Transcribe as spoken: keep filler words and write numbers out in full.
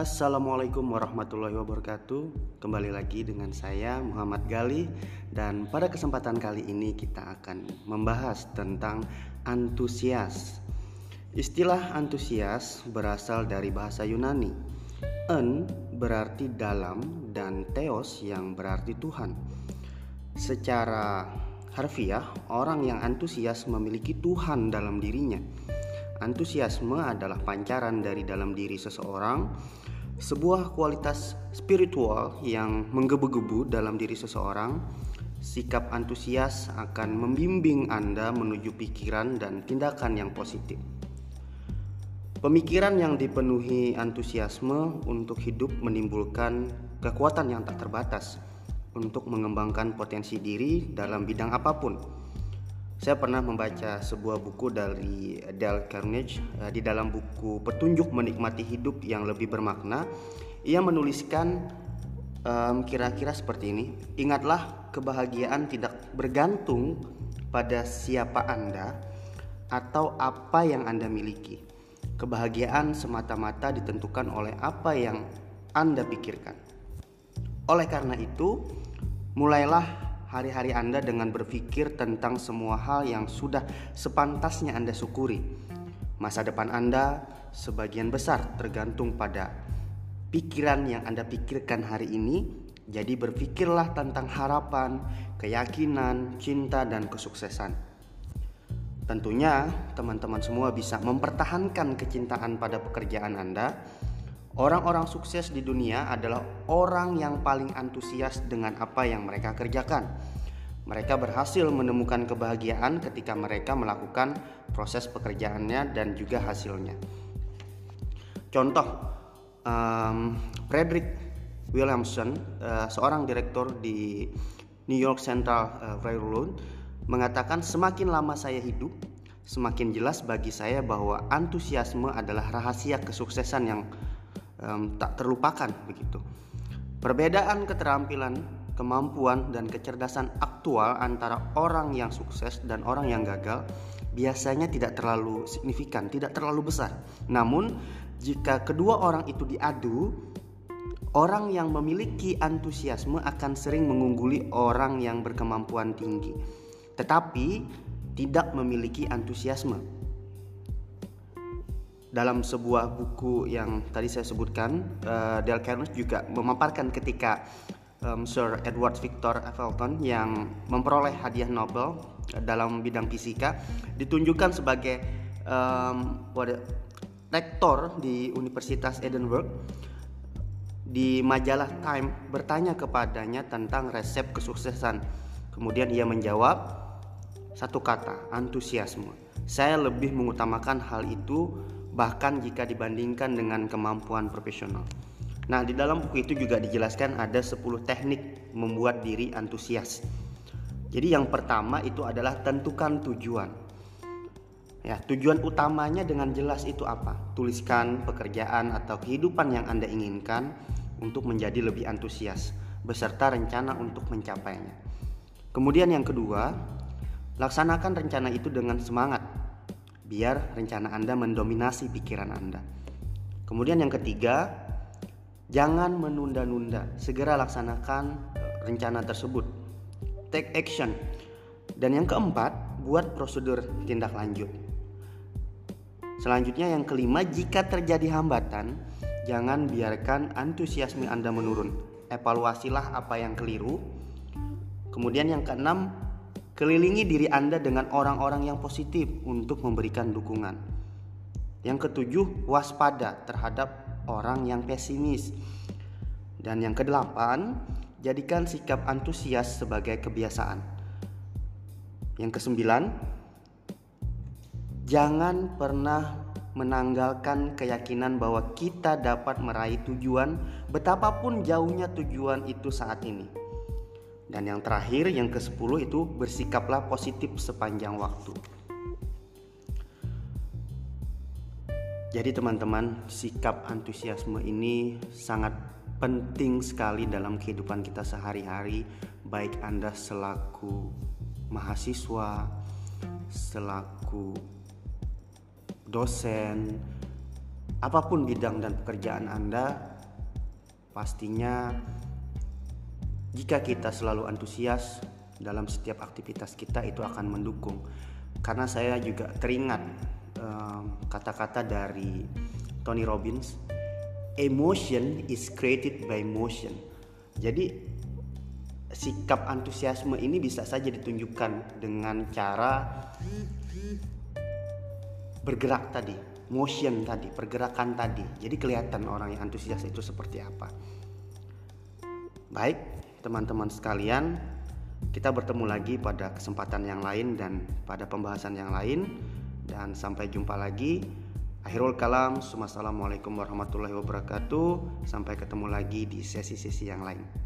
Assalamualaikum warahmatullahi wabarakatuh. Kembali lagi dengan saya Muhammad Gali. Dan pada kesempatan kali ini kita akan membahas tentang antusias. Istilah antusias berasal dari bahasa Yunani. En berarti dalam dan theos yang berarti Tuhan. Secara harfiah, orang yang antusias memiliki Tuhan dalam dirinya. Antusiasme adalah pancaran dari dalam diri seseorang, sebuah kualitas spiritual yang menggebu-gebu dalam diri seseorang. Sikap antusias akan membimbing Anda menuju pikiran dan tindakan yang positif. Pemikiran yang dipenuhi antusiasme untuk hidup menimbulkan kekuatan yang tak terbatas untuk mengembangkan potensi diri dalam bidang apapun. Saya pernah membaca sebuah buku dari Dale Carnegie. Di dalam buku Petunjuk Menikmati Hidup yang Lebih Bermakna, ia menuliskan um, kira-kira seperti ini. Ingatlah, kebahagiaan tidak bergantung pada siapa Anda atau apa yang Anda miliki. Kebahagiaan semata-mata ditentukan oleh apa yang Anda pikirkan. Oleh karena itu, mulailah hari-hari Anda dengan berpikir tentang semua hal yang sudah sepantasnya Anda syukuri. Masa depan Anda sebagian besar tergantung pada pikiran yang Anda pikirkan hari ini. Jadi berpikirlah tentang harapan, keyakinan, cinta, dan kesuksesan. Tentunya teman-teman semua bisa mempertahankan kecintaan pada pekerjaan Anda. Orang-orang sukses di dunia adalah orang yang paling antusias dengan apa yang mereka kerjakan. Mereka berhasil menemukan kebahagiaan ketika mereka melakukan proses pekerjaannya dan juga hasilnya. Contoh, um, Frederick Williamson, uh, seorang direktur di New York Central uh, Railroad, mengatakan, semakin lama saya hidup, semakin jelas bagi saya bahwa antusiasme adalah rahasia kesuksesan yang Um, tak terlupakan begitu. Perbedaan keterampilan, kemampuan, dan kecerdasan aktual antara orang yang sukses dan orang yang gagal biasanya tidak terlalu signifikan, tidak terlalu besar. Namun, jika kedua orang itu diadu, orang yang memiliki antusiasme akan sering mengungguli orang yang berkemampuan tinggi, tetapi tidak memiliki antusiasme. Dalam sebuah buku yang tadi saya sebutkan, uh, Dale Carnegie juga memaparkan ketika um, Sir Edward Victor Appleton yang memperoleh hadiah Nobel dalam bidang fisika ditunjukkan sebagai um, rektor di Universitas Edinburgh. Di majalah Time bertanya kepadanya tentang resep kesuksesan. Kemudian ia menjawab satu kata, antusiasme. Saya lebih mengutamakan hal itu bahkan jika dibandingkan dengan kemampuan profesional. Nah, di dalam buku itu juga dijelaskan ada sepuluh teknik membuat diri antusias. Jadi yang pertama itu adalah tentukan tujuan. Ya, tujuan utamanya dengan jelas itu apa? Tuliskan pekerjaan atau kehidupan yang Anda inginkan untuk menjadi lebih antusias, beserta rencana untuk mencapainya. Kemudian yang kedua, laksanakan rencana itu dengan semangat, biar rencana Anda mendominasi pikiran Anda. Kemudian yang ketiga, jangan menunda-nunda, segera laksanakan rencana tersebut. Take action. Dan yang keempat, buat prosedur tindak lanjut. Selanjutnya yang kelima, jika terjadi hambatan, jangan biarkan antusiasme Anda menurun. Evaluasilah apa yang keliru. Kemudian yang keenam, kelilingi diri Anda dengan orang-orang yang positif untuk memberikan dukungan. Yang ketujuh, waspada terhadap orang yang pesimis. Dan yang kedelapan, jadikan sikap antusias sebagai kebiasaan. Yang kesembilan, jangan pernah menanggalkan keyakinan bahwa kita dapat meraih tujuan betapapun jauhnya tujuan itu saat ini. Dan yang terakhir, yang kesepuluh itu bersikaplah positif sepanjang waktu. Jadi teman-teman, sikap antusiasme ini sangat penting sekali dalam kehidupan kita sehari-hari, baik Anda selaku mahasiswa, selaku dosen, apapun bidang dan pekerjaan Anda, pastinya jika kita selalu antusias dalam setiap aktivitas kita, itu akan mendukung. Karena saya juga teringat um, kata-kata dari Tony Robbins, emotion is created by motion. Jadi sikap antusiasme ini bisa saja ditunjukkan dengan cara bergerak tadi, motion tadi, pergerakan tadi. Jadi kelihatan orang yang antusias itu seperti apa. Baik, teman-teman sekalian, kita bertemu lagi pada kesempatan yang lain dan pada pembahasan yang lain, dan sampai jumpa lagi. Akhirul kalam, assalamualaikum warahmatullahi wabarakatuh. Sampai ketemu lagi di sesi-sesi yang lain.